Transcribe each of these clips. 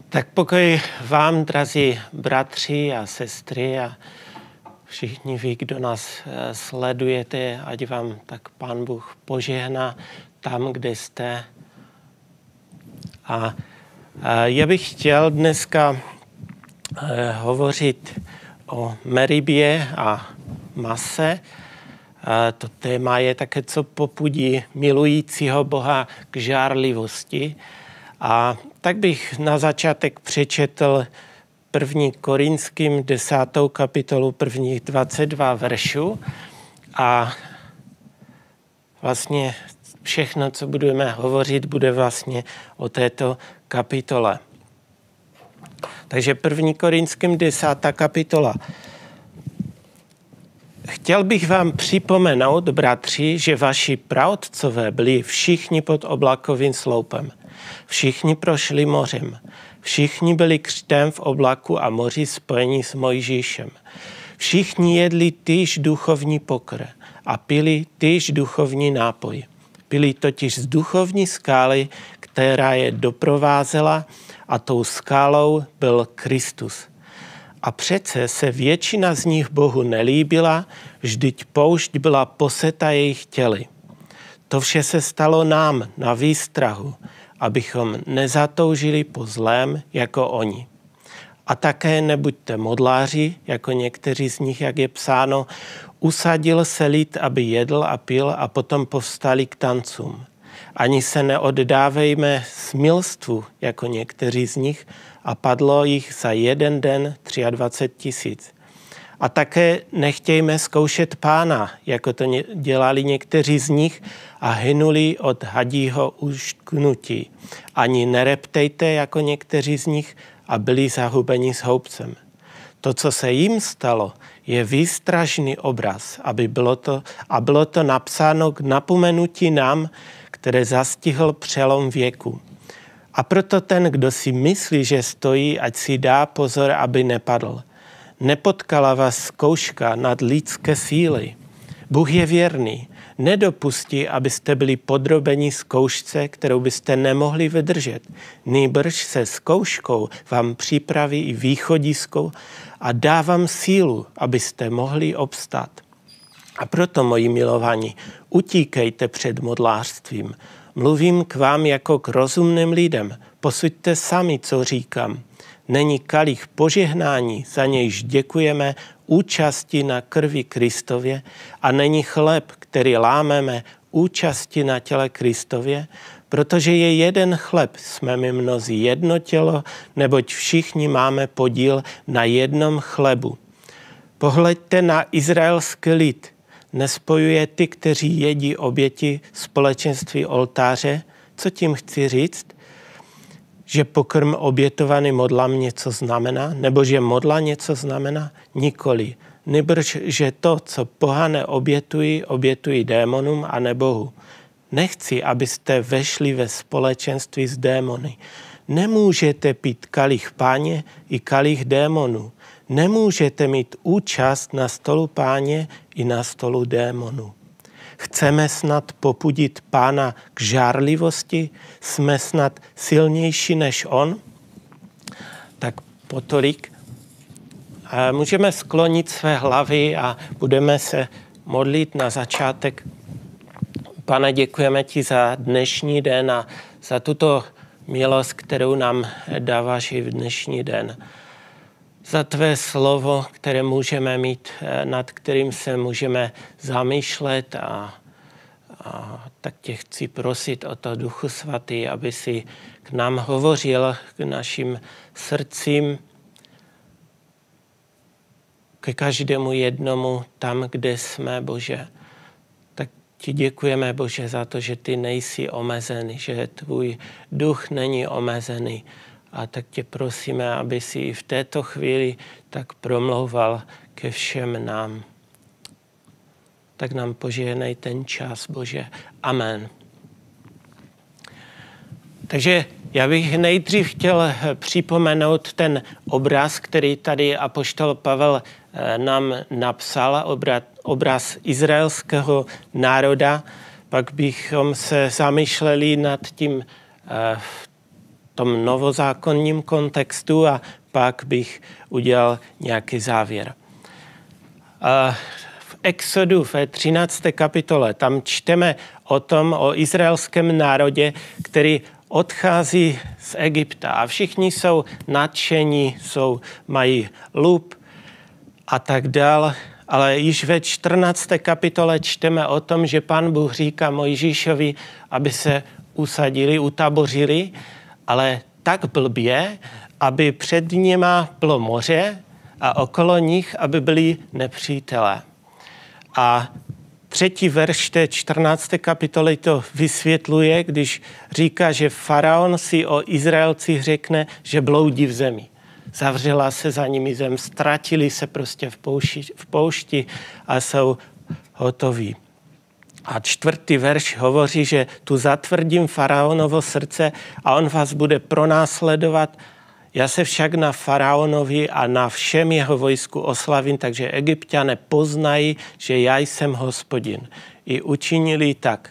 Tak pokoj vám, drazí bratři a sestry a všichni vy, kdo nás sledujete, ať vám tak Pán Bůh požehná tam, kde jste. A já bych chtěl dneska hovořit o meribě a mase. To téma je také, co popudí milujícího Boha k žárlivosti. A tak bych na začátek přečetl 1. Korinským 10. kapitolu prvních 22 veršů a vlastně všechno, co budeme hovořit, bude vlastně o této kapitole. Takže 1. Korinským 10. kapitola. Chtěl bych vám připomenout, bratři, že vaši praotcové byli všichni pod oblakovým sloupem. Všichni prošli mořem. Všichni byli křtem v oblaku a moři spojení s Mojžíšem. Všichni jedli týž duchovní pokrm a pili týž duchovní nápoj. Pili totiž z duchovní skály, která je doprovázela, a tou skálou byl Kristus. A přece se většina z nich Bohu nelíbila, vždyť poušť byla poseta jejich těly. To vše se stalo nám na výstrahu, abychom nezatoužili po zlém jako oni. A také nebuďte modláři, jako někteří z nich, jak je psáno, usadil se lid, aby jedl a pil a potom povstali k tancům. Ani se neoddávejme smilstvu, jako někteří z nich, a padlo jich za jeden den 23 000. A také nechtějme zkoušet Pána, jako to dělali někteří z nich a hynuli od hadího uštknutí. Ani nereptejte, jako někteří z nich, a byli zahubeni s houbcem. To, co se jim stalo, je výstražný obraz, bylo to napsáno k napomenutí nám, které zastihl přelom věku. A proto ten, kdo si myslí, že stojí, ať si dá pozor, aby nepadl. Nepotkala vás zkouška nad lidské síly. Bůh je věrný. Nedopustí, abyste byli podrobeni zkoušce, kterou byste nemohli vydržet. Nýbrž se zkouškou vám připraví i východisko a dá vám sílu, abyste mohli obstát. A proto, moji milovaní, utíkejte před modlářstvím. Mluvím k vám jako k rozumným lidem. Posuďte sami, co říkám. Není kalich požehnání, za nějž děkujeme, účasti na krvi Kristově, a není chléb, který lámeme, účasti na těle Kristově, protože je jeden chléb, jsme my mnozí jedno tělo, neboť všichni máme podíl na jednom chlebu. Pohleďte na izraelský lid. Nespojuje ty, kteří jedí oběti společenství oltáře. Co tím chci říct? Že pokrm obětovaný modlám něco znamená? Nebo že modla něco znamená? Nikoli. Nýbrž, že to, co pohané obětují démonům a ne Bohu. Nechci, abyste vešli ve společenství s démony. Nemůžete pít kalich Páně i kalich démonů. Nemůžete mít účast na stolu Páně i na stolu démonů. Chceme snad popudit Pána k žárlivosti? Jsme snad silnější než on? Tak potolik. Můžeme sklonit své hlavy a budeme se modlit na začátek. Pane, děkujeme ti za dnešní den a za tuto milost, kterou nám dáváš i v dnešní den. Za tvé slovo, které můžeme mít, nad kterým se můžeme zamýšlet a tak tě chci prosit o to, Duchu Svatý, aby si k nám hovořil, k našim srdcím, ke každému jednomu tam, kde jsme, Bože. Tak ti děkujeme, Bože, za to, že ty nejsi omezený, že tvůj duch není omezený. A tak tě prosíme, aby si i v této chvíli tak promlouval ke všem nám. Tak nám požehnej ten čas, Bože. Amen. Takže já bych nejdřív chtěl připomenout ten obraz, který tady apoštol Pavel nám napsal, obraz izraelského národa. Pak bychom se zamýšleli nad tím tom novozákonním kontextu a pak bych udělal nějaký závěr. V Exodu ve 13. kapitole tam čteme o izraelském národě, který odchází z Egypta a všichni jsou nadšení, mají lub a tak dále. Ale již ve 14. kapitole čteme o tom, že Pán Bůh říká Mojžíšovi, aby se usadili, utabořili, ale tak blbě, aby před nima bylo moře a okolo nich, aby byli nepřítelé. A 3. verš té 14. kapitoly to vysvětluje, když říká, že faraon si o Izraelcích řekne, že bloudí v zemi. Zavřela se za nimi zem, ztratili se prostě v poušti a jsou hotoví. A 4. verš hovoří, že tu zatvrdím faraonovo srdce a on vás bude pronásledovat. Já se však na faraonovi a na všem jeho vojsku oslavím, takže Egypťané poznají, že já jsem Hospodin. I učinili tak.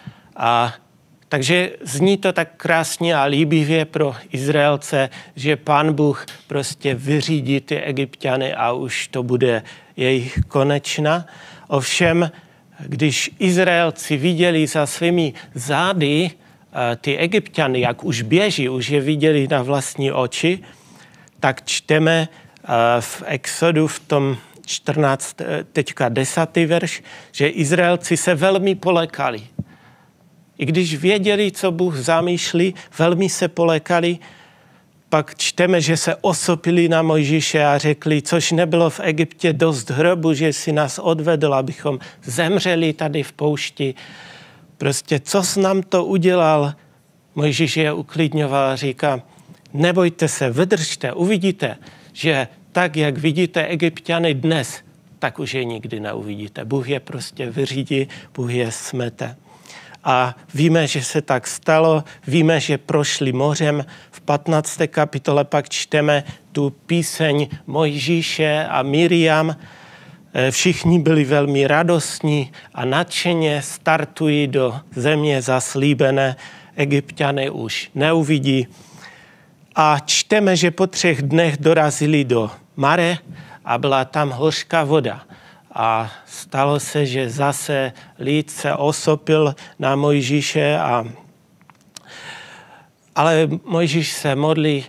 Takže zní to tak krásně a líbivě pro Izraelce, že Pán Bůh prostě vyřídí ty Egypťany a už to bude jejich konečna. Ovšem, když Izraelci viděli za svými zády ty Egypťany, jak už běží, už je viděli na vlastní oči, tak čteme v Exodu v tom 10. verš, že Izraelci se velmi polekali. I když věděli, co Bůh zamýšlí, velmi se polekali, pak čteme, že se osopili na Mojžíše a řekli, což nebylo v Egyptě dost hrobu, že si nás odvedl, abychom zemřeli tady v poušti. Prostě, co jsi nám to udělal? Mojžíš je uklidňoval a říká, nebojte se, vydržte, uvidíte, že tak, jak vidíte Egypťany dnes, tak už je nikdy neuvidíte. Bůh je prostě vyřídí, Bůh je smete. A víme, že se tak stalo, víme, že prošli mořem. V 15. kapitole pak čteme tu píseň Mojžíše a Miriam. Všichni byli velmi radostní a nadšeně startují do země zaslíbené. Egypťané už neuvidí. A čteme, že po 3 dnech dorazili do Mare a byla tam hořká voda. A stalo se, že zase lid se osopil na Mojžíše, ale Mojžíš se modlí,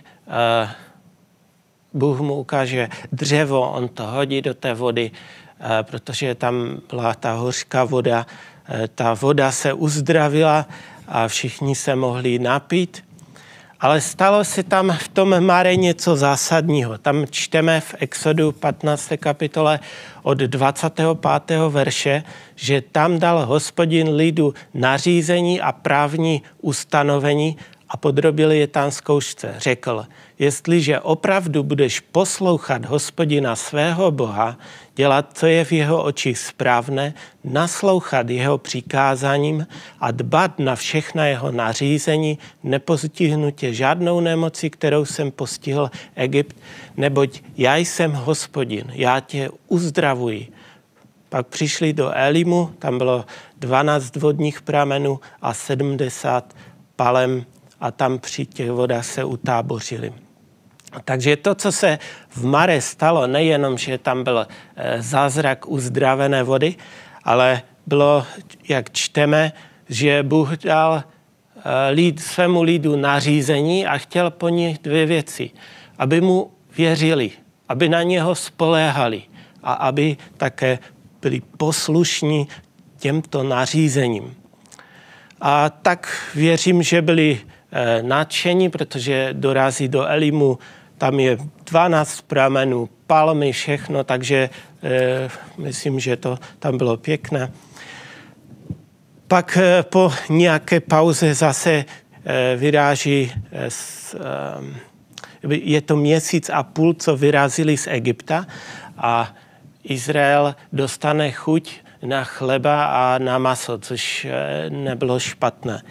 Bůh mu ukáže dřevo, on to hodí do té vody, protože tam byla ta hořká voda. Ta voda se uzdravila a všichni se mohli napít. Ale stalo se tam v tom Mare něco zásadního. Tam čteme v Exodu 15. kapitole od 25. verše, že tam dal Hospodin lidu nařízení a právní ustanovení a podrobil je tam zkoušce. Řekl, jestliže opravdu budeš poslouchat Hospodina svého Boha, dělat, co je v jeho očích správné, naslouchat jeho přikázáním a dbat na všechna jeho nařízení, nepostihnu tě žádnou nemoci, kterou jsem postihl Egypt, neboť já jsem Hospodin, já tě uzdravuji. Pak přišli do Elimu, tam bylo 12 vodních pramenů a 70 palem a tam při těch vodách se utábořili. Takže to, co se v Mare stalo, nejenom, že tam byl zázrak uzdravené vody, ale bylo, jak čteme, že Bůh dal svému lidu nařízení a chtěl po nich 2 věci. Aby mu věřili, aby na něho spoléhali a aby také byli poslušní těmto nařízením. A tak věřím, že byli nadšení, protože dorazí do Elimu, tam je 12 pramenů, palmy, všechno, takže myslím, že to tam bylo pěkné. Pak po nějaké pauze zase vyráží, je to 1,5 měsíce, co vyrazili z Egypta a Izrael dostane chuť na chleba a na maso, což nebylo špatné.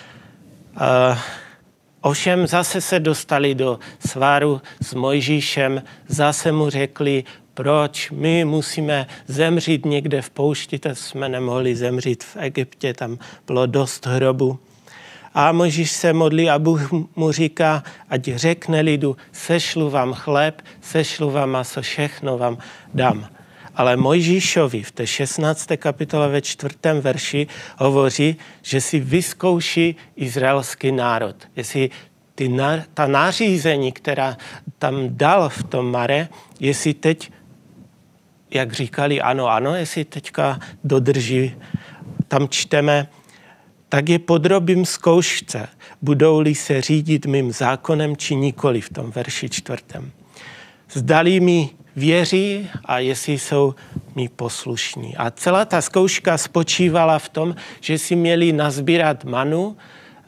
Ovšem zase se dostali do sváru s Mojžíšem, zase mu řekli, proč my musíme zemřít někde v poušti, tak jsme nemohli zemřít v Egyptě, tam bylo dost hrobu. A Mojžíš se modlí a Bůh mu říká, ať řekne lidu, sešlu vám chléb, sešlu vám maso, všechno vám dám. Ale Mojžíšovi v té 16. kapitole ve 4. verši hovoří, že si vyzkouší izraelský národ. Jestli ta nařízení, která tam dal v tom mare, jestli teď, jak říkali ano, jestli teďka dodrží, tam čteme, tak je podrobím zkoušce, budou-li se řídit mým zákonem či nikoli v tom verši 4. Zdali mi věří a jestli jsou mi poslušní. A celá ta zkouška spočívala v tom, že si měli nazbírat manu,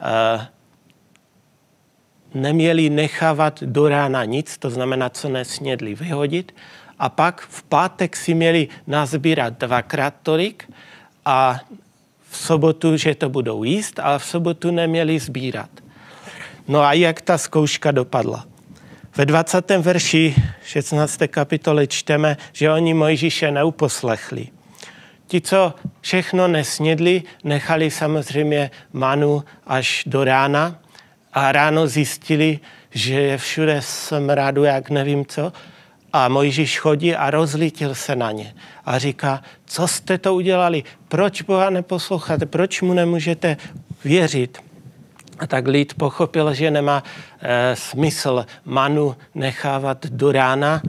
neměli nechávat do rána nic, to znamená, co nesmědli vyhodit. A pak v pátek si měli nazbírat 2krát tolik a v sobotu, že to budou jíst, ale v sobotu neměli sbírat. No a jak ta zkouška dopadla? Ve 20. verši 16. kapitoly čteme, že oni Mojžíše neuposlechli. Ti, co všechno nesnědli, nechali samozřejmě manu až do rána a ráno zjistili, že je všude smradu, jak nevím co. A Mojžíš chodí a rozlítil se na ně a říká, co jste to udělali, proč Boha neposloucháte, proč mu nemůžete věřit. A tak lid pochopil, že nemá smysl manu nechávat do rána.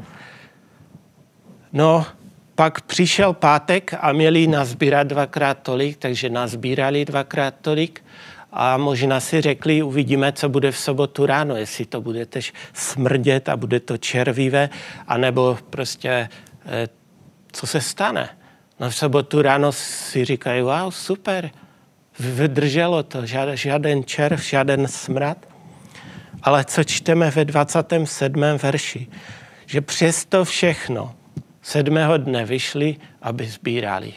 No, pak přišel pátek a měli nazbírat 2krát tolik, takže nazbírali 2krát tolik a možná si řekli, uvidíme, co bude v sobotu ráno, jestli to bude tež smrdět a bude to červivé, anebo prostě, co se stane. No v sobotu ráno si říkají, wow, super, vydrželo to, žádný červ, žádný smrad. Ale co čteme ve 27. verši, že přesto všechno 7. dne vyšli, aby sbírali.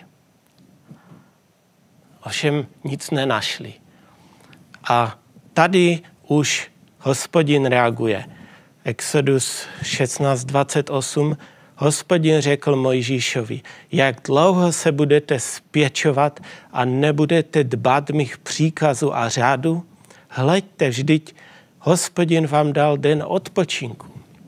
Ovšem nic nenašli. A tady už Hospodin reaguje. Exodus 16:28. Hospodin řekl Mojžíšovi, jak dlouho se budete spěčovat a nebudete dbat mých příkazů a řádu? Hleďte, vždyť Hospodin vám dal den odpočinku.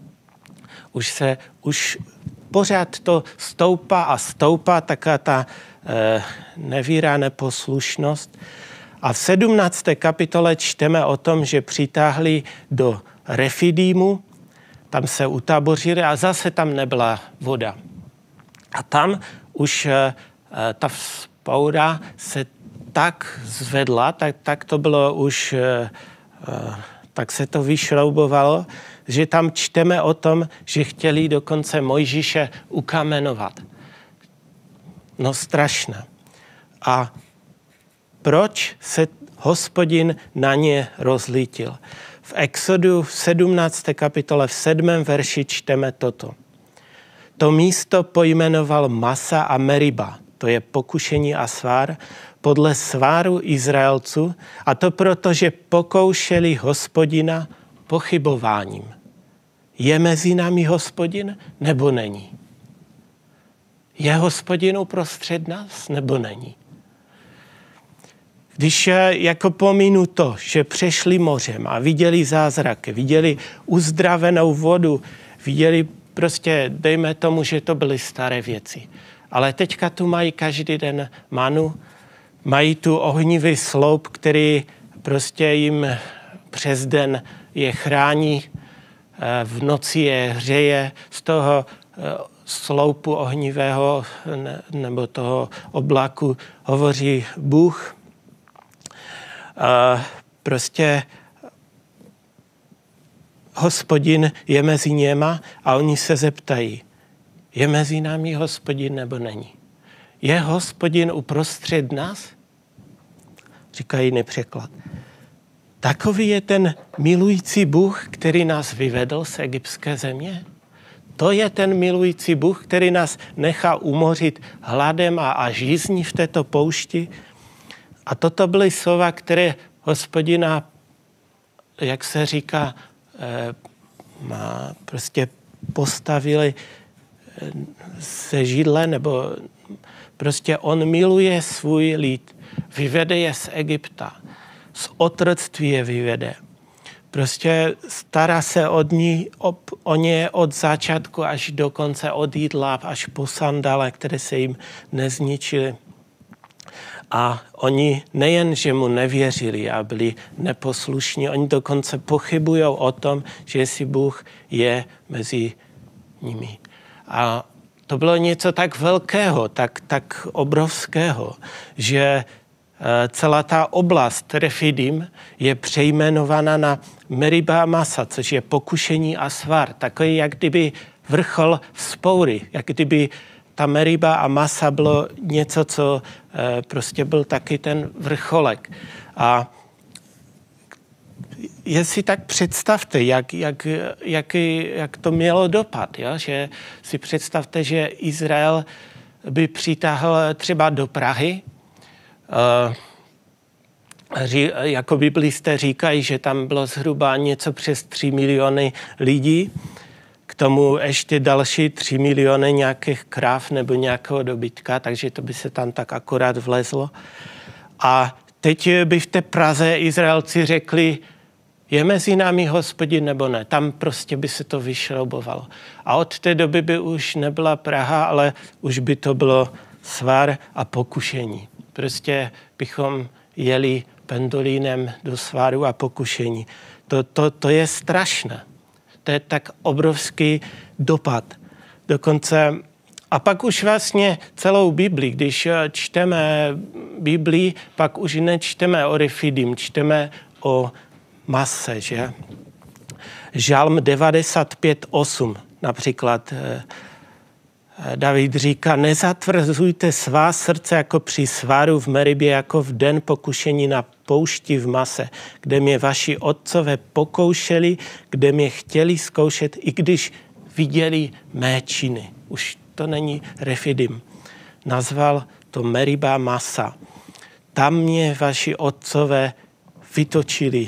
Už pořád to stoupá a stoupá, taká ta nevíra, neposlušnost. A v 17. kapitole čteme o tom, že přitáhli do Refidímu, tam se utabořili a zase tam nebyla voda. A tam už ta vzpoura se tak zvedla, tak to bylo už, tak se to vyšroubovalo, že tam čteme o tom, že chtěli dokonce Mojžíše ukamenovat. No strašné. A proč se Hospodin na ně rozlítil? V Exodu v 17. kapitole v 7. verši čteme toto. To místo pojmenoval Masa a Meriba, to je pokušení a svár, podle sváru Izraelců, a to proto, že pokoušeli Hospodina pochybováním. Je mezi námi Hospodin, nebo není? Je Hospodin uprostřed nás, nebo není? Když jako pominu to, že přešli mořem a viděli zázraky, viděli uzdravenou vodu, viděli prostě, dejme tomu, že to byly staré věci. Ale teďka tu mají každý den manu, mají tu ohnivý sloup, který prostě jim přes den je chrání, v noci je hřeje, z toho sloupu ohnivého nebo toho oblaku hovoří Bůh. Prostě Hospodin je mezi něma a oni se zeptají, je mezi námi Hospodin nebo není? Je Hospodin uprostřed nás? Říká jiný překlad. Takový je ten milující Bůh, který nás vyvedl z egyptské země? To je ten milující Bůh, který nás nechá umořit hladem a žízní v této poušti? A toto byly slova, které Hospodina, jak se říká, prostě postavili se židle, nebo prostě on miluje svůj lid, vyvede je z Egypta. z otroctví je vyvede. Prostě stará se o ně od začátku až do konce, od jídla až po sandále, které se jim nezničily. A oni nejen, že mu nevěřili a byli neposlušní, oni dokonce pochybují o tom, že jestli Bůh je mezi nimi. A to bylo něco tak velkého, tak obrovského, že celá ta oblast Refidim je přejmenovaná na Meriba a Masa, což je pokušení a svar. Takový, jak kdyby vrchol vzpoury, jak kdyby ta Meriba a Masa bylo něco, co prostě byl taky ten vrcholek. A jestli tak představte, jak to mělo dopad, jo? Že si představte, že Izrael by přitáhl třeba do Prahy, jako biblisté říkají, že tam bylo zhruba něco přes 3 miliony lidí, k tomu ještě další 3 miliony nějakých kráv nebo nějakého dobytka, takže to by se tam tak akorát vlezlo. A teď by v té Praze Izraelci řekli, je mezi námi Hospodin nebo ne. Tam prostě by se to vyšroubovalo. A od té doby by už nebyla Praha, ale už by to bylo svar a pokušení. Prostě bychom jeli pendolínem do svaru a pokušení. To je strašné. To je tak obrovský dopad. Dokonce, a pak už vlastně celou Bibli, když čteme Bibli, pak už nečteme o Refidim, čteme o Mase, že? Žalm 95:8 například David říká, nezatvrzujte svá srdce jako při svaru v Meribě, jako v den pokušení na poušti v Mase, kde mě vaši otcové pokoušeli, kde mě chtěli zkoušet, i když viděli mé činy. Už to není Refidim. Nazval to Meriba Masa. Tam mě vaši otcové vytočili,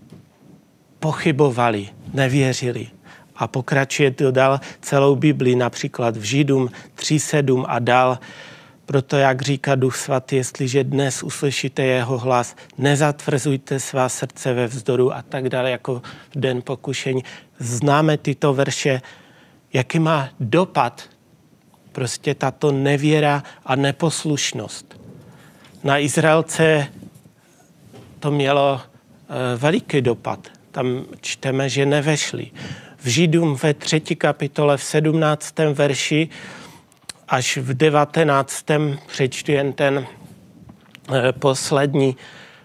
pochybovali, nevěřili. A pokračuje to dál celou Bibli, například v Židům 3:7 a dál. Proto, jak říká Duch Svatý, jestliže dnes uslyšíte jeho hlas, nezatvrzujte svá srdce ve vzdoru a tak dále, jako v den pokušení. Známe tyto verše, jaký má dopad prostě tato nevěra a neposlušnost. Na Izraelce to mělo veliký dopad. Tam čteme, že nevešli. V Židům ve 3. kapitole v 17. verši až v 19. přečtu jen ten poslední,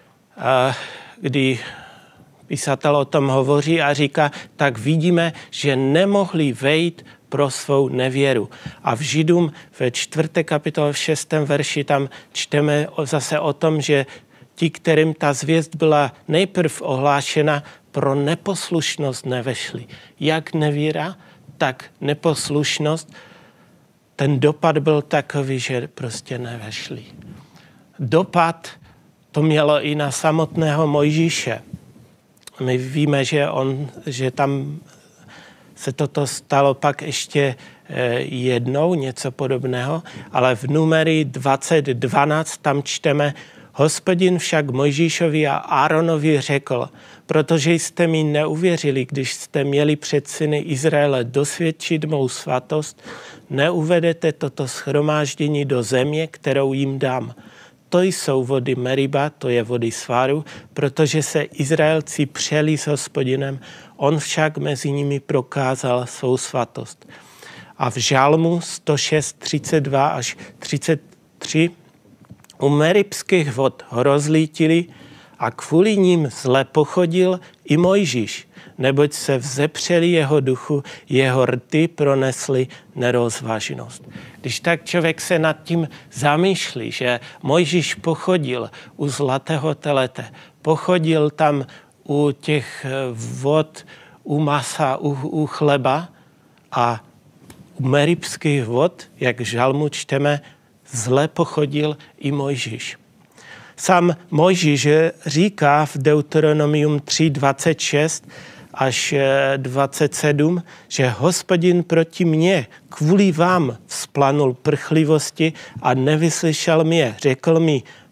kdy písatel o tom hovoří a říká, tak vidíme, že nemohli vejít pro svou nevěru. A v Židům ve 4. kapitole v 6. verši tam čteme zase o tom, že ti, kterým ta zvěst byla nejprv ohlášena, pro neposlušnost nevešli. Jak nevíra, tak neposlušnost. Ten dopad byl takový, že prostě nevešli. Dopad to mělo i na samotného Mojžíše. My víme, že tam se toto stalo pak ještě jednou, něco podobného, ale v Numery 20:12 tam čteme, Hospodin však Mojžíšovi a Áronovi řekl, protože jste mi neuvěřili, když jste měli před syny Izraele dosvědčit mou svatost, neuvedete toto shromáždění do země, kterou jim dám. To jsou vody Meriba, to je vody svaru, protože se Izraelci přeli s Hospodinem, on však mezi nimi prokázal svou svatost. A v Žalmu 106:32 až 33 u meribských vod ho rozlítili a kvůli ním zle pochodil i Mojžíš, neboť se vzepřeli jeho duchu, jeho rty pronesly nerozvážnost. Když tak člověk se nad tím zamýšlí, že Mojžíš pochodil u zlatého telete, pochodil tam u těch vod, u masa, u chleba a u meribských vod, jak v Žalmu čteme, zle pochodil i Mojžíš. Sám Mojžíš říká v Deuteronomium 3:26 až 27, že Hospodin proti mně kvůli vám vzplanul prchlivosti a nevyslyšel mě. Řekl mi,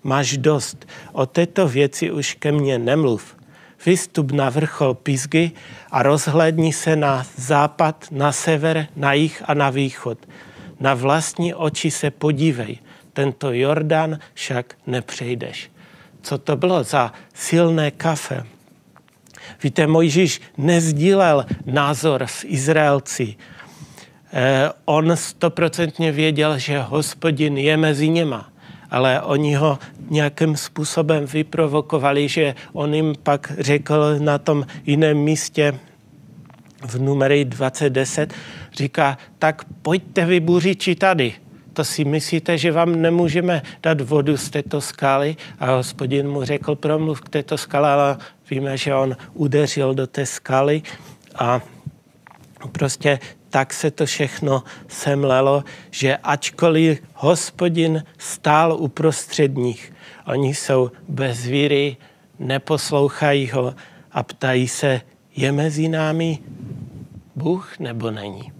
máš dost, o této věci už ke mně nemluv. Vystup na vrchol Pisgy a rozhlédni se na západ, na sever, na jih a na východ. Na vlastní oči se podívej, tento Jordán však nepřejdeš. Co to bylo za silné kafe? Víte, Mojžíš nezdílel názor s Izraelci. On 100% věděl, že Hospodin je mezi něma, ale oni ho nějakým způsobem vyprovokovali, že on jim pak řekl na tom jiném místě v Numery 20:10, říká, tak pojďte vy buřiči tady. To si myslíte, že vám nemůžeme dát vodu z této skály? A Hospodin mu řekl, promluv k této skále, ale víme, že on udeřil do té skály a prostě tak se to všechno semlelo, že ačkoliv Hospodin stál uprostřed nich, oni jsou bez víry, neposlouchají ho a ptají se, je mezi námi Bůh nebo není?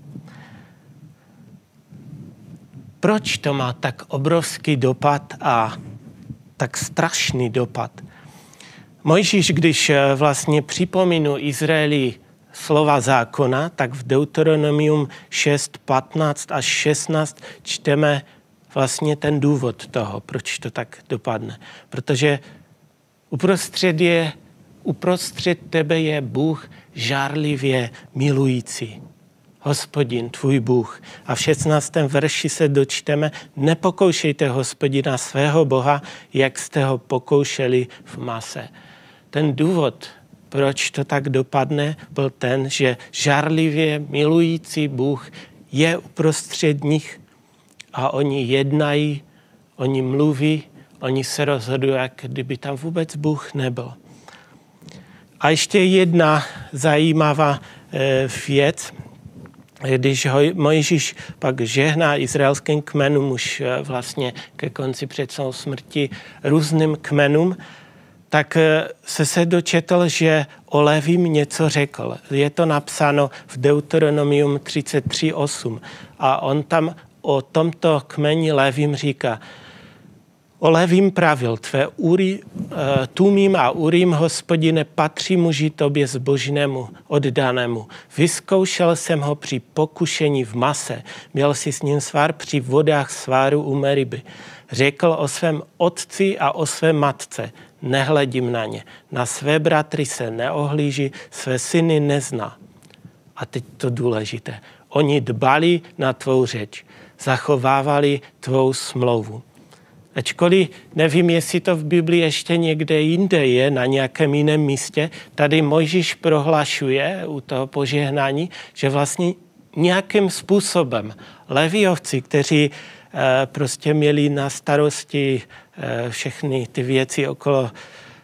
Proč to má tak obrovský dopad a tak strašný dopad? Mojžíš, když vlastně připomínal Izraeli slova zákona, tak v Deuteronomium 6, 15 až 16 čteme vlastně ten důvod toho, proč to tak dopadne. Protože uprostřed tebe je Bůh žárlivě milující. Hospodin, tvůj Bůh. A v 16. verši se dočteme, nepokoušejte Hospodina svého Boha, jak jste ho pokoušeli v Mase. Ten důvod, proč to tak dopadne, byl ten, že žárlivě milující Bůh je uprostřed nich a oni jednají, oni mluví, oni se rozhodují, jak kdyby tam vůbec Bůh nebyl. A ještě jedna zajímavá věc, když Mojžíš pak žehná izraelským kmenům už vlastně ke konci před svou smrti různým kmenům, tak se dočetl, že o Levím něco řekl. Je to napsáno v Deuteronomium 33:8 a on tam o tomto kmeni Levím říká, o Levím pravil, tvé Tumím a Urim, Hospodine, patří muži tobě zbožnému, oddanému. Vyzkoušel jsem ho při pokušení v Mase, měl si s ním svár při vodách sváru u Meriby. Řekl o svém otci a o své matce, nehledím na ně. Na své bratry se neohlíží, své syny nezná. A teď to důležité. Oni dbali na tvou řeč, zachovávali tvou smlouvu. Ačkoliv nevím, jestli to v Biblii ještě někde jinde je, na nějakém jiném místě, tady Mojžíš prohlašuje u toho požehnání, že vlastně nějakým způsobem Leviovci, kteří prostě měli na starosti všechny ty věci okolo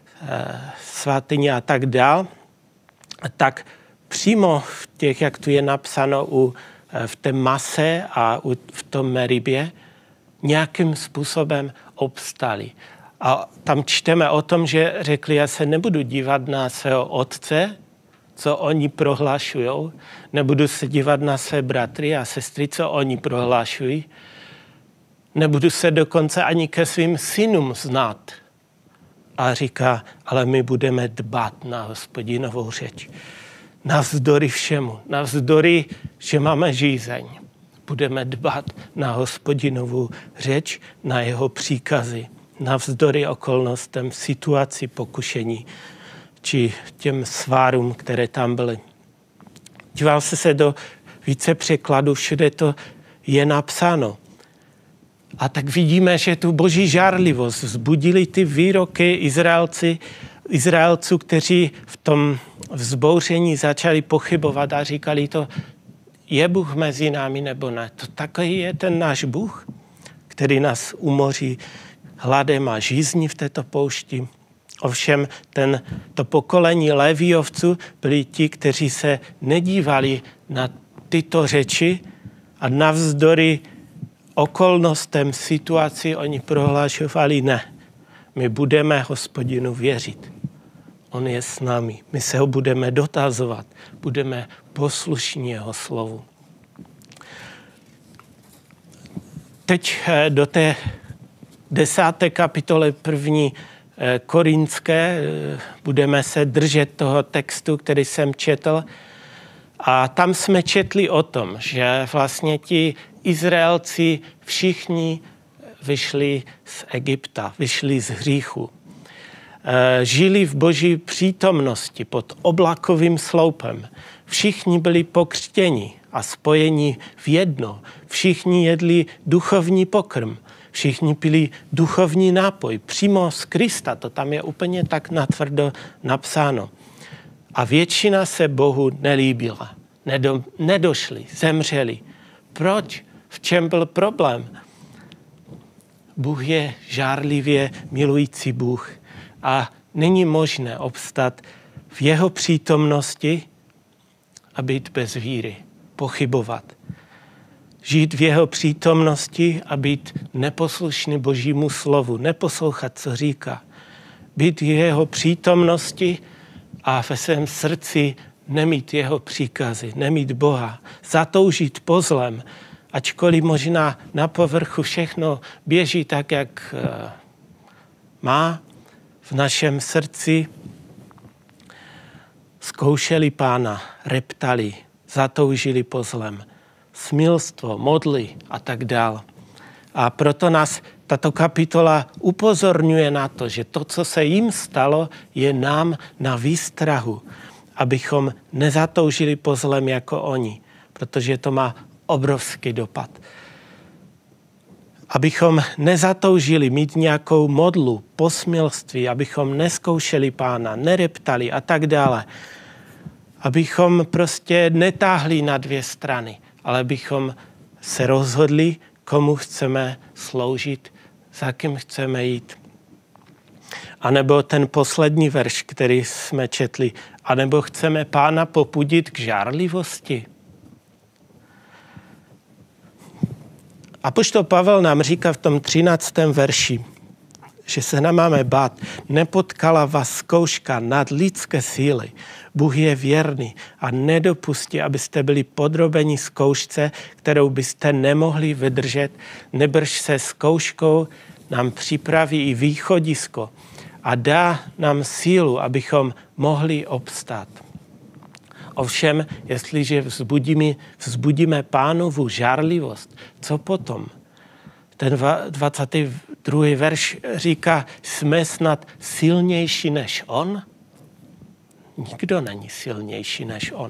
svatyně a tak dál, tak přímo v těch, jak tu je napsáno v té Mase a v tom Meribě, nějakým způsobem obstali. A tam čteme o tom, že řekli, já se nebudu dívat na svého otce, co oni prohlašují, nebudu se dívat na své bratry a sestry, co oni prohlašují, nebudu se dokonce ani ke svým synům znát. A říká, ale my budeme dbát na Hospodinovou řeč. Navzdory všemu, navzdory, že máme žízeň. Budeme dbát na Hospodinovu řeč, na jeho příkazy, navzdory okolnostem, situaci, pokušení, či těm svárům, které tam byly. Díval se do více překladů, všude to je napsáno. A tak vidíme, že tu boží žárlivost vzbudili ty výroky Izraelců, kteří v tom vzbouření začali pochybovat a říkali to, je Bůh mezi námi nebo ne? To takový je ten náš Bůh, který nás umoří hladem a žízní v této poušti. Ovšem to pokolení Leviovců byli ti, kteří se nedívali na tyto řeči a navzdory okolnostem situaci oni prohlašovali ne. My budeme Hospodinu věřit. On je s námi. My se ho budeme dotazovat. Budeme poslušní jeho slovu. Teď do té 10. kapitole 1. Korinské budeme se držet toho textu, který jsem četl. A tam jsme četli o tom, že vlastně ti Izraelci všichni vyšli z Egypta, vyšli z hříchu. Žili v Boží přítomnosti pod oblakovým sloupem. Všichni byli pokřtěni a spojeni v jedno. Všichni jedli duchovní pokrm. Všichni pili duchovní nápoj přímo z Krista. To tam je úplně tak natvrdo napsáno. A většina se Bohu nelíbila. Nedošli, zemřeli. Proč? V čem byl problém? Bůh je žárlivě milující Bůh a není možné obstat v jeho přítomnosti a být bez víry, pochybovat. Žít v jeho přítomnosti a být neposlušný Božímu slovu, neposlouchat, co říká. Být v jeho přítomnosti a ve svém srdci nemít jeho příkazy, nemít Boha, zatoužit po zlem, ačkoliv možná na povrchu všechno běží tak, jak má v našem srdci. Zkoušeli Pána, reptali, zatoužili po zlem, smilstvo, modly a tak dál. A proto nás tato kapitola upozorňuje na to, že to, co se jim stalo, je nám na výstrahu, abychom nezatoužili po zlem jako oni, protože to má obrovský dopad. Abychom nezatoužili mít nějakou modlu, posmilství, abychom nezkoušeli Pána, nereptali a tak dále. Abychom prostě netáhli na dvě strany, ale abychom se rozhodli, komu chceme sloužit, za kým chceme jít. A nebo ten poslední verš, který jsme četli, a nebo chceme Pána popudit k žárlivosti. Apoštol Pavel nám říká v tom 13. verši, že se nemáme bát. Nepotkala vás zkouška nad lidské síly. Bůh je věrný a nedopustí, abyste byli podrobeni zkoušce, kterou byste nemohli vydržet. Nebrž se zkouškou nám připraví i východisko a dá nám sílu, abychom mohli obstát. Ovšem, jestliže vzbudíme Pánovu žárlivost, co potom? Ten 22. verš říká, jsme snad silnější než on? Nikdo není silnější než on.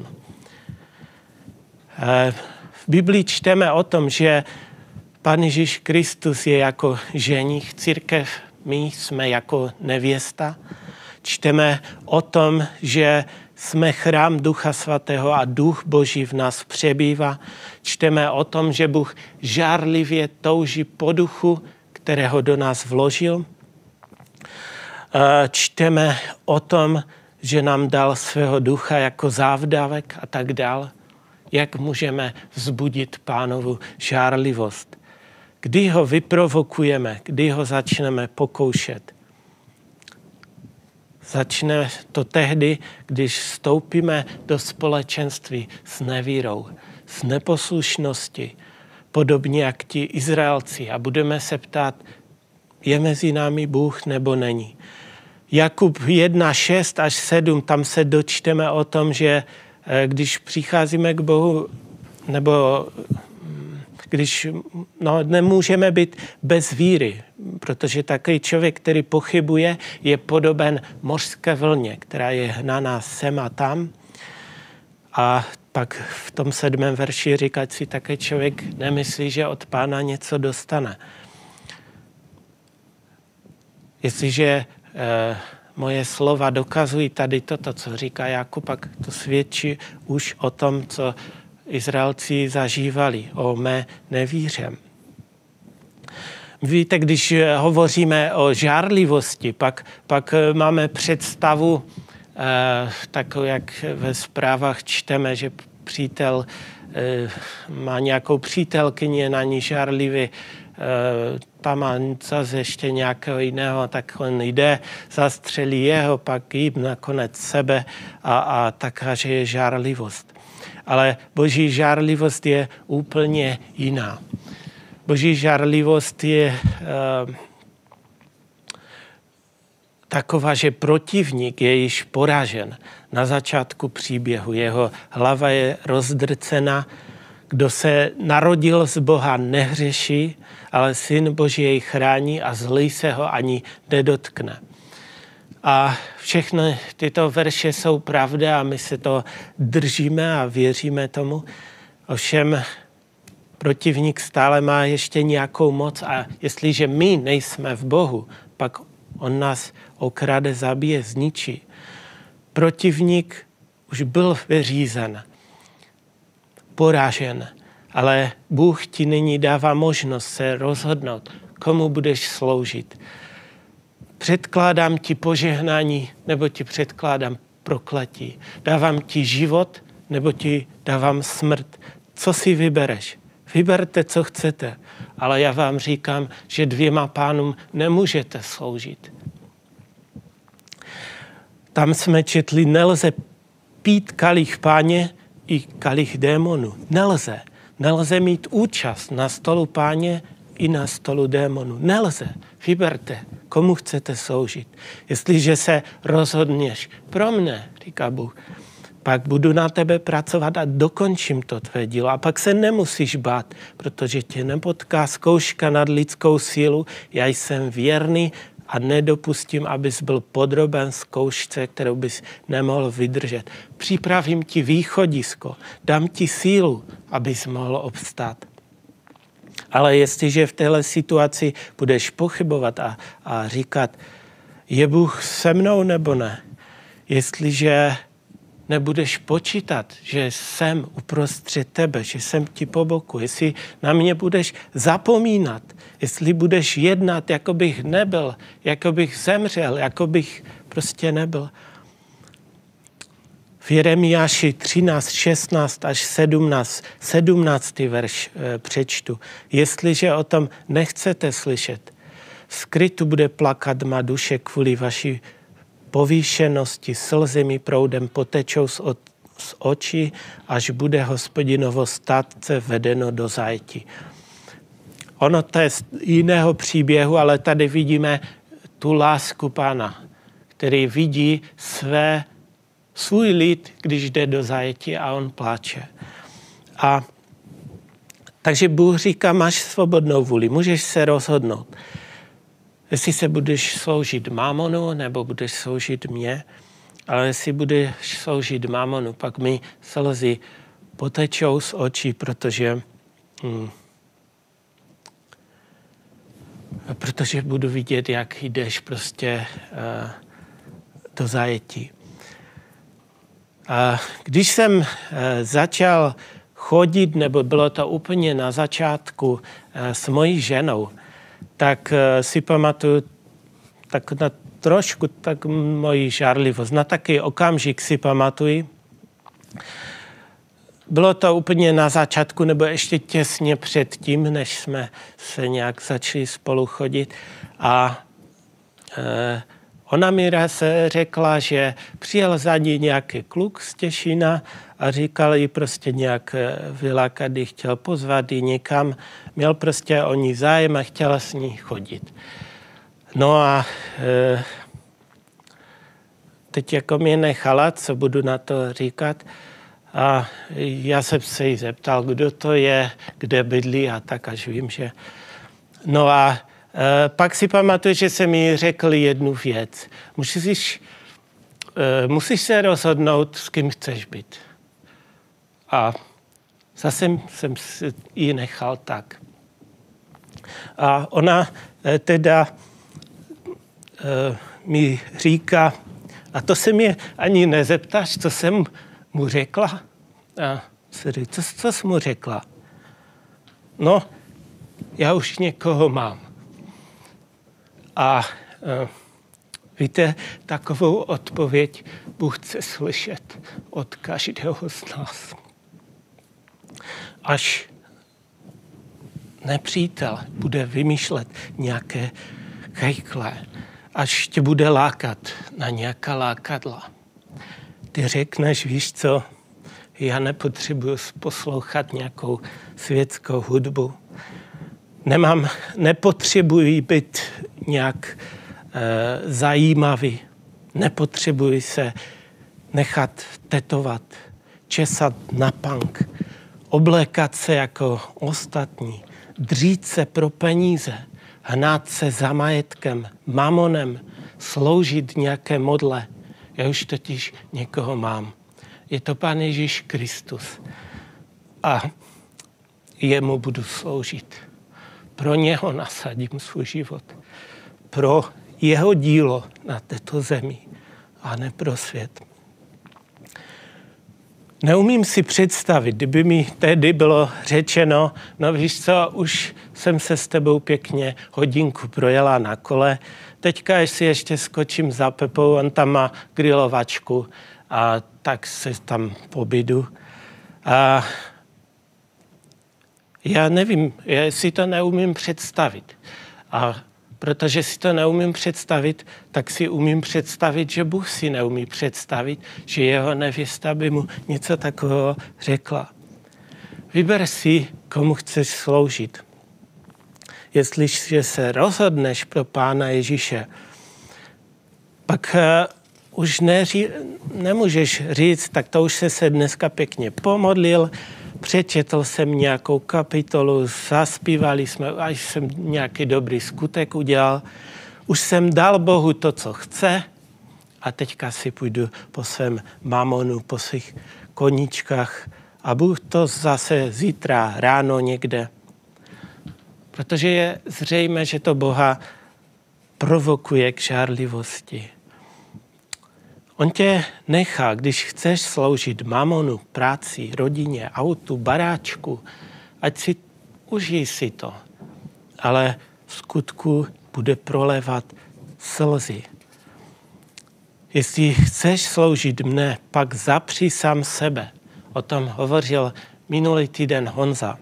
V Biblii čteme o tom, že Pán Ježíš Kristus je jako ženich, církev, my jsme jako nevěsta. Čteme o tom, že jsme chrám Ducha Svatého a Duch Boží v nás přebývá. Čteme o tom, že Bůh žárlivě touží po duchu, kterého do nás vložil. Čteme o tom, že nám dal svého ducha jako závdavek a tak dál. Jak můžeme vzbudit Pánovu žárlivost? Kdy ho vyprovokujeme, kdy ho začneme pokoušet? Začne to tehdy, když vstoupíme do společenství s nevírou, s neposlušností, podobně jak ti Izraelci a budeme se ptát, je mezi námi Bůh nebo není. Jakub 1, 6 až 7, tam se dočteme o tom, že když přicházíme k Bohu, nebo když nemůžeme být bez víry, protože takový člověk, který pochybuje, je podoben mořské vlně, která je hnaná sem a tam. A pak v tom 7. verši říká si, takový člověk nemyslí, že od Pána něco dostane. Jestliže moje slova dokazují tady toto, co říká Jakub, pak to svědčí už o tom, co Izraelci zažívali, o mé nevíře. Víte, když hovoříme o žárlivosti, pak máme představu, takovou, jak ve zprávách čteme, že přítel má nějakou přítelkyni, je na ní žárlivý, tam má zase ještě nějakého jiného, tak on jde, zastřelí jeho, pak jí nakonec sebe a taká, že je žárlivost. Ale Boží žárlivost je úplně jiná. Boží žárlivost je taková, že protivník je již poražen. Na začátku příběhu jeho hlava je rozdrcena. Kdo se narodil z Boha, nehřeší, ale Syn Boží jej chrání a zlý se ho ani nedotkne. A všechny tyto verše jsou pravda a my se to držíme a věříme tomu. Ovšem protivník stále má ještě nějakou moc a jestliže my nejsme v Bohu, pak on nás okrade, zabije, zničí. Protivník už byl vyřízen, poražen, ale Bůh ti nyní dává možnost se rozhodnout, komu budeš sloužit. Předkládám ti požehnání, nebo ti předkládám prokletí. Dávám ti život, nebo ti dávám smrt. Co si vybereš? Vyberte, co chcete, ale já vám říkám, že 2 pánům nemůžete sloužit. Tam jsme četli, nelze pít kalich Páně i kalich démonů. Nelze. Nelze mít účast na stolu Páně i na stolu démonů. Nelze. Vyberte, komu chcete sloužit. Jestliže se rozhodneš pro mne, říká Bůh, pak budu na tebe pracovat a dokončím to tvé dílo. A pak se nemusíš bát, protože tě nepotká zkouška nad lidskou sílu. Já jsem věrný a nedopustím, abys byl podroben zkoušce, kterou bys nemohl vydržet. Připravím ti východisko, dám ti sílu, abys mohl obstát. Ale jestliže v téhle situaci budeš pochybovat a říkat, je Bůh se mnou nebo ne? Jestliže nebudeš počítat, že jsem uprostřed tebe, že jsem ti po boku, jestli na mě budeš zapomínat, jestli budeš jednat, jako bych nebyl, jako bych zemřel, jako bych prostě nebyl. V Jeremiáši 13, 16 až 17. verš přečtu. Jestliže o tom nechcete slyšet, skrytu bude plakat má duše kvůli vaší povýšenosti, slzy mi proudem potečou z očí, až bude Hospodinovo státce vedeno do zajetí. Ono to je z jiného příběhu, ale tady vidíme tu lásku Pána, který vidí svůj lid, když jde do zajetí a on pláče. A takže Bůh říká, máš svobodnou vůli, můžeš se rozhodnout. Jestli se budeš sloužit mámonu, nebo budeš sloužit mě, ale jestli budeš sloužit mámonu, pak mi slzy potečou z očí, protože budu vidět, jak jdeš prostě do zajetí. A když jsem začal chodit, nebo bylo to úplně na začátku s mojí ženou, tak si pamatuju tak na trošku tak moji žárlivost. Na taky okamžik si pamatuji. Bylo to úplně na začátku, nebo ještě těsně předtím, než jsme se nějak začali spolu chodit. A ona mi raz řekla, že přijel za ní nějaký kluk z Těšína a říkal jí prostě nějak vylákat, chtěl pozvat jí někam, měl prostě o ní zájem a chtěla s ní chodit. No a teď jako mě nechala, co budu na to říkat. A já jsem se jí zeptal, kdo to je, kde bydlí a tak, až vím, že... No a pak si pamatuju, že jsem jí řekl jednu věc. Musíš se rozhodnout, s kým chceš být. A zase jsem ji nechal tak. A ona teda mi říká, a to se mě ani nezeptáš, co jsem mu řekla? A se říká, co jsi mu řekla? No, já už někoho mám. A víte, takovou odpověď Bůh chce slyšet od každého z nás. Až nepřítel bude vymýšlet nějaké kejkle, až tě bude lákat na nějaká lákadla. Ty řekneš, víš co, já nepotřebuji poslouchat nějakou světskou hudbu. Nepotřebuji být nějak zajímavý. Nepotřebuji se nechat tetovat, česat na punk, oblékat se jako ostatní, dřít se pro peníze, hnát se za majetkem, mamonem, sloužit nějaké modle. Já už totiž někoho mám. Je to Pán Ježíš Kristus. A jemu budu sloužit. Pro něho nasadím svůj život. Pro jeho dílo na této zemi a ne pro svět. Neumím si představit, kdyby mi tehdy bylo řečeno, no víš co, už jsem se s tebou pěkně hodinku projela na kole, teďka si ještě skočím za Pepou, on tam má grilovačku a tak se tam pobydu. A já nevím, já si to neumím představit. A protože si to neumím představit, tak si umím představit, že Bůh si neumí představit, že jeho nevěsta by mu něco takového řekla. Vyber si, komu chceš sloužit. Jestliže se rozhodneš pro Pána Ježíše, pak už nemůžeš říct, tak to už se dneska pěkně pomodlil, přečetl jsem nějakou kapitolu, zaspívali jsme, až jsem nějaký dobrý skutek udělal. Už jsem dal Bohu to, co chce a teďka si půjdu po svém mamonu, po svých koníčkách a Bůh to zase zítra ráno někde. Protože je zřejmé, že to Boha provokuje k žárlivosti. On tě nechá, když chceš sloužit mamonu, práci, rodině, autu, baráčku, ať si užij si to. Ale v skutku bude prolévat slzy. Jestli chceš sloužit mne, pak zapři sám sebe. O tom hovořil minulý týden Honza.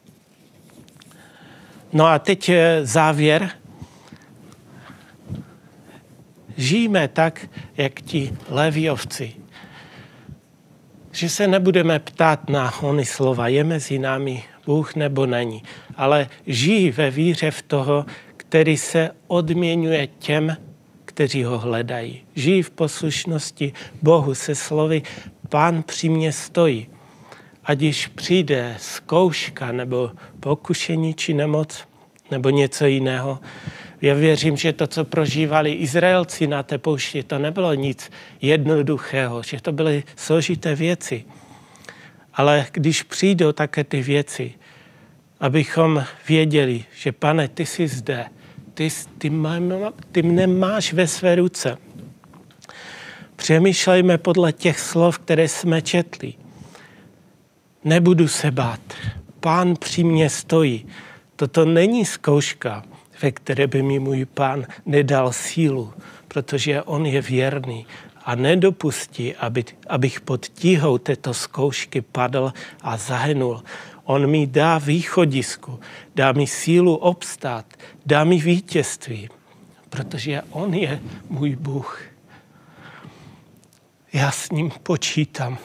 No a teď závěr. Žijeme tak, jak ti leví ovci. Že se nebudeme ptát na ony slova, je mezi námi Bůh nebo není. Ale žij ve víře v toho, který se odměňuje těm, kteří ho hledají. Žij v poslušnosti Bohu se slovy, Pán při mně stojí. A když přijde zkouška nebo pokušení či nemoc nebo něco jiného, já věřím, že to, co prožívali Izraelci na té poušti, to nebylo nic jednoduchého, že to byly složité věci. Ale když přijdou také ty věci, abychom věděli, že Pane, ty jsi zde, ty mne máš ve své ruce. Přemýšlejme podle těch slov, které jsme četli. Nebudu se bát. Pán při mně stojí. Toto není zkouška, ve které by mi můj Pán nedal sílu, protože on je věrný a nedopustí, abych pod tíhou této zkoušky padl a zahynul. On mi dá východisku, dá mi sílu obstát, dá mi vítězství, protože on je můj Bůh. Já s ním počítám.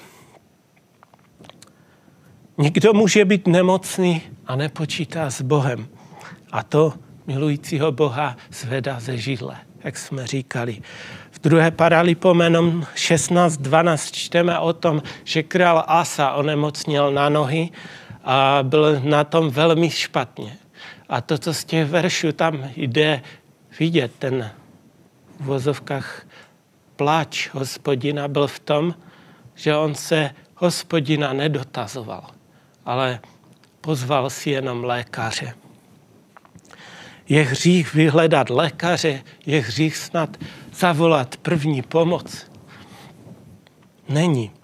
Někdo může být nemocný a nepočítá s Bohem. A to milujícího Boha zvedá ze židle, jak jsme říkali. V 2. Paralipomenom 16:12 čteme o tom, že král Asa onemocněl na nohy a byl na tom velmi špatně. A to, co z těch veršů tam jde vidět, ten v uvozovkách pláč Hospodina byl v tom, že on se Hospodina nedotazoval, ale pozval si jenom lékaře. Je hřích vyhledat lékaře, je hřích snad zavolat první pomoc. Není.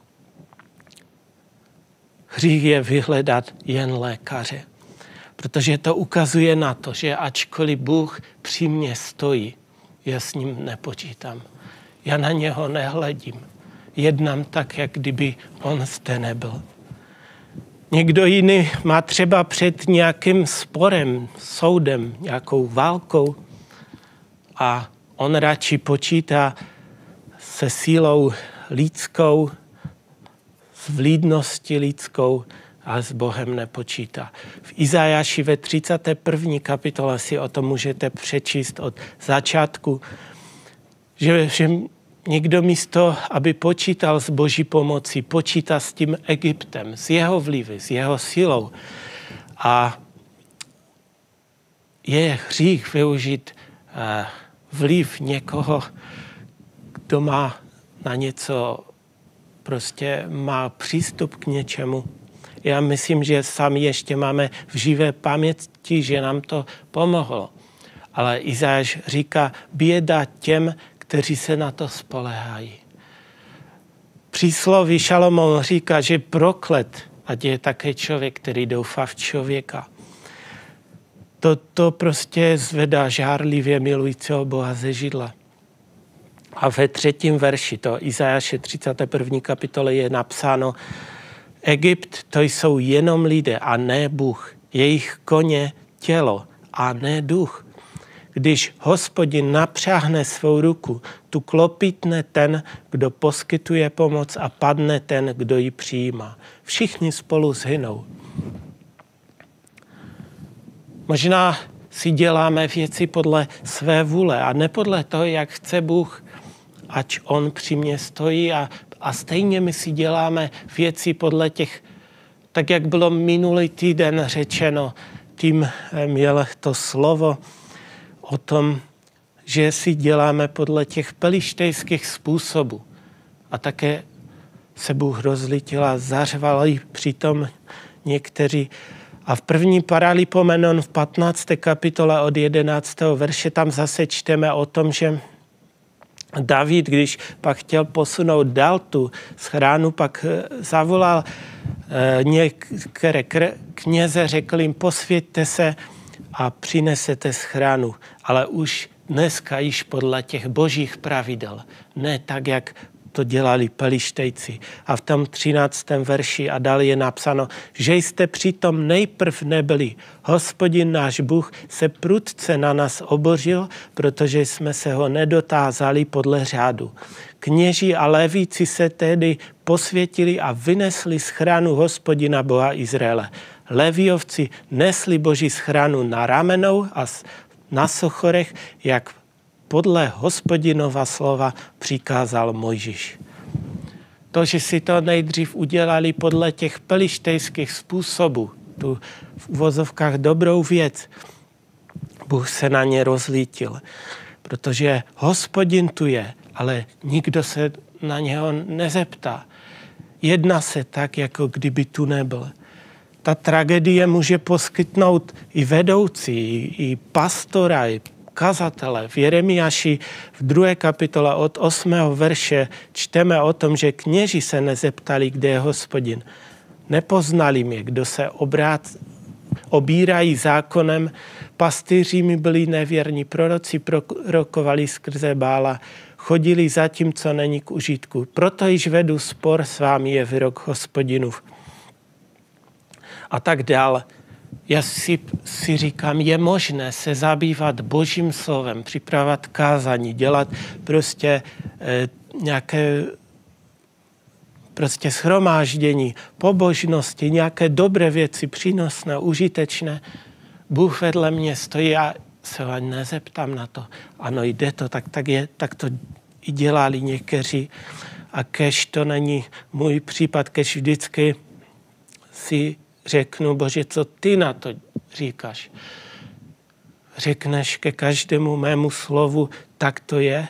Hřích je vyhledat jen lékaře, protože to ukazuje na to, že ačkoliv Bůh při mně stojí, já s ním nepočítám. Já na něho nehledím. Jednám tak, jak kdyby on zde nebyl. Někdo jiný má třeba před nějakým sporem, soudem, nějakou válkou a on radši počítá se sílou lidskou, s vlídností lidskou, ale s Bohem nepočítá. V Izajáši ve 31. kapitole si o tom můžete přečíst od začátku. že někdo místo, aby počítal s Boží pomocí, počítá s tím Egyptem, s jeho vlivy, s jeho silou. A je hřích využít vliv někoho, kdo má na něco, prostě má přístup k něčemu. Já myslím, že sami ještě máme v živé paměti, že nám to pomohlo. Ale Izajáš říká, běda těm, kteří se na to spoléhají. Přísloví Šalomoun říká, že proklet, ať je také člověk, který doufá v člověka. To prostě zvedá žárlivě milujícího Boha ze židla. A ve 3. verši, to Izajáše 31. kapitole je napsáno, Egypt to jsou jenom lidé a ne Bůh, jejich koně tělo a ne duch. Když Hospodin napřáhne svou ruku, tu klopítne ten, kdo poskytuje pomoc a padne ten, kdo ji přijímá. Všichni spolu zhynou. Možná si děláme věci podle své vůle a ne podle toho, jak chce Bůh, ať on při mě stojí a stejně my si děláme věci podle těch, tak jak bylo minulý týden řečeno, tím měl to slovo o tom, že si děláme podle těch pelištejských způsobů. A také se Bůh rozlítil a zařvali přitom někteří. A v 1. Paralipomenon v 15. kapitole od 11. verše tam zase čteme o tom, že David, když pak chtěl posunout dál tu schránu, pak zavolal některé kněze, řekl jim, posvěťte se a přinesete schránu. Ale už dneska již podle těch božích pravidel, ne tak, jak to dělali pelištejci. A v tom 13. verši a dál je napsáno, že jste přitom nejprv nebyli. Hospodin náš Bůh se prudce na nás obořil, protože jsme se ho nedotázali podle řádu. Kněží a levíci se tedy posvětili a vynesli schránu Hospodina Boha Izraele. Leviovci nesli Boží schránu na ramenou a na sochorech, jak podle Hospodinova slova přikázal Mojžíš. To, že si to nejdřív udělali podle těch pelištejských způsobů, tu v uvozovkách dobrou věc, Bůh se na ně rozlítil. Protože Hospodin tu je, ale nikdo se na něho nezeptá. Jedná se tak, jako kdyby tu nebyl. Ta tragédie může poskytnout i vedoucí, i pastora, i kazatele. V Jeremiáši v 2. kapitole od 8. verše čteme o tom, že kněži se nezeptali, kde je Hospodin. Nepoznali mě, kdo se obírají zákonem, pastýři mi byli nevěrní, proroci prorokovali skrze Bála, chodili za tím, co není k užitku. Proto již vedu spor s vámi, je výrok Hospodinův. A tak dál. Já si říkám, je možné se zabývat Božím slovem, připravovat kázání, dělat prostě nějaké shromáždění, pobožnosti, nějaké dobré věci, přínosné, užitečné. Bůh vedle mě stojí a se ho ani nezeptám na to. Ano, jde to, tak to i dělali někteří. A kež to není můj případ, kež vždycky si řeknu, Bože, co ty na to říkáš? Řekneš ke každému mému slovu, tak to je?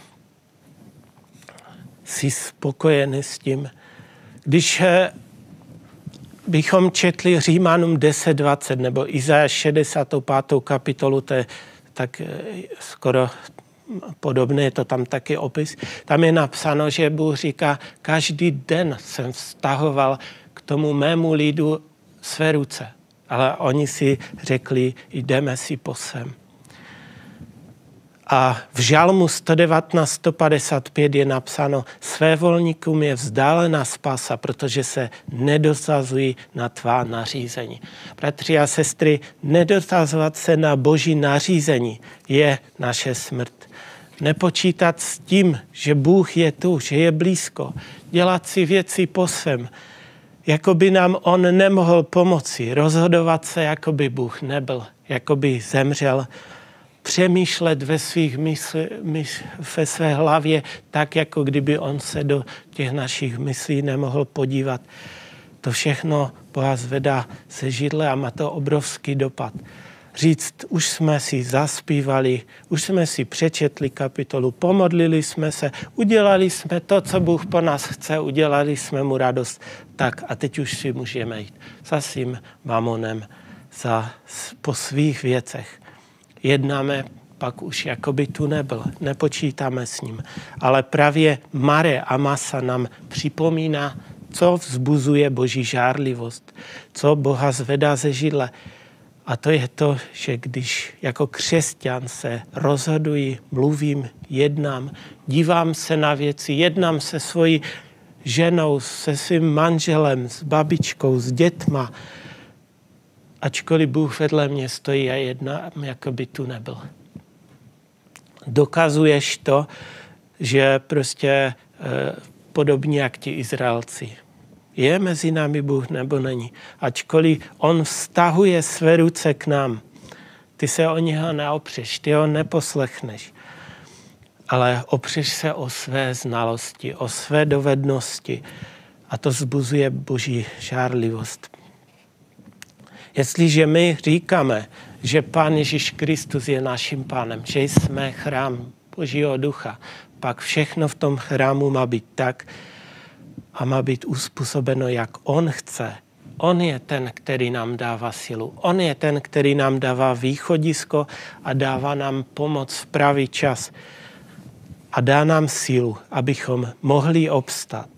Jsi spokojený s tím? Když bychom četli Římanům 10:20 nebo Izajáš 65. kapitolu, to je tak skoro podobné, je to tam taky opis, tam je napsáno, že Bůh říká, každý den jsem vztahoval k tomu mému lidu své ruce. Ale oni si řekli, jdeme si po svém. A v Žalmu 119:155 je napsáno, svévolníkům je vzdálená spása, protože se nedosazují na tvá nařízení. Bratři a sestry, nedotazovat se na Boží nařízení je naše smrt. Nepočítat s tím, že Bůh je tu, že je blízko. Dělat si věci po svém. Jako by nám on nemohl pomoci. Rozhodovat se, jako by Bůh nebyl. Jako by zemřel přemýšlet ve své hlavě tak, jako kdyby on se do těch našich myslí nemohl podívat. To všechno Boha zvedá ze židle a má to obrovský dopad. Říct, už jsme si zaspívali, už jsme si přečetli kapitolu, pomodlili jsme se, udělali jsme to, co Bůh po nás chce, udělali jsme mu radost. Tak a teď už si můžeme jít za svým mamonem, po svých věcech. Jednáme, pak už jakoby tu nebyl, nepočítáme s ním. Ale právě Mare a Masa nám připomíná, co vzbuzuje Boží žárlivost, co Boha zvedá ze židle. A to je to, že když jako křesťan se rozhoduji, mluvím, jednám, dívám se na věci, jednám se svojí ženou, se svým manželem, s babičkou, s dětma, ačkoliv Bůh vedle mě stojí a jednám, jako by tu nebyl. Dokazuješ to, že prostě podobně jak ti Izraelci. Je mezi námi Bůh nebo není? Ačkoliv on vztahuje své ruce k nám, ty se o něho neopřeš, ty ho neposlechneš, ale opřeš se o své znalosti, o své dovednosti a to vzbuzuje Boží žárlivost. Jestliže my říkáme, že Pán Ježíš Kristus je naším pánem, že jsme chrám Božího ducha, pak všechno v tom chrámu má být tak a má být uspůsobeno, jak on chce. On je ten, který nám dává silu. On je ten, který nám dává východisko a dává nám pomoc v pravý čas. A dá nám sílu, abychom mohli obstat.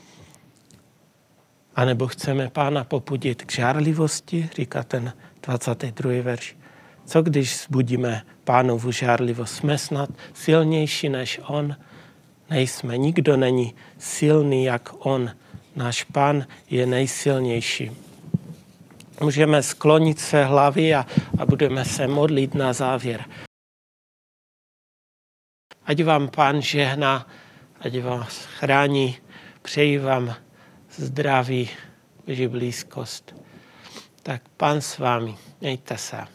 A nebo chceme Pána popudit k žárlivosti, říká ten 22. verš. Co když vzbudíme Pánovu žárlivost? Jsme snad silnější než on? Nejsme, nikdo není silný jak on. Náš Pán je nejsilnější. Můžeme sklonit své hlavy a budeme se modlit na závěr. Ať vám Pán žehná, ať vás chrání, přeji vám zdraví, Boží blízkost. Tak Pán s vámi, mějte se.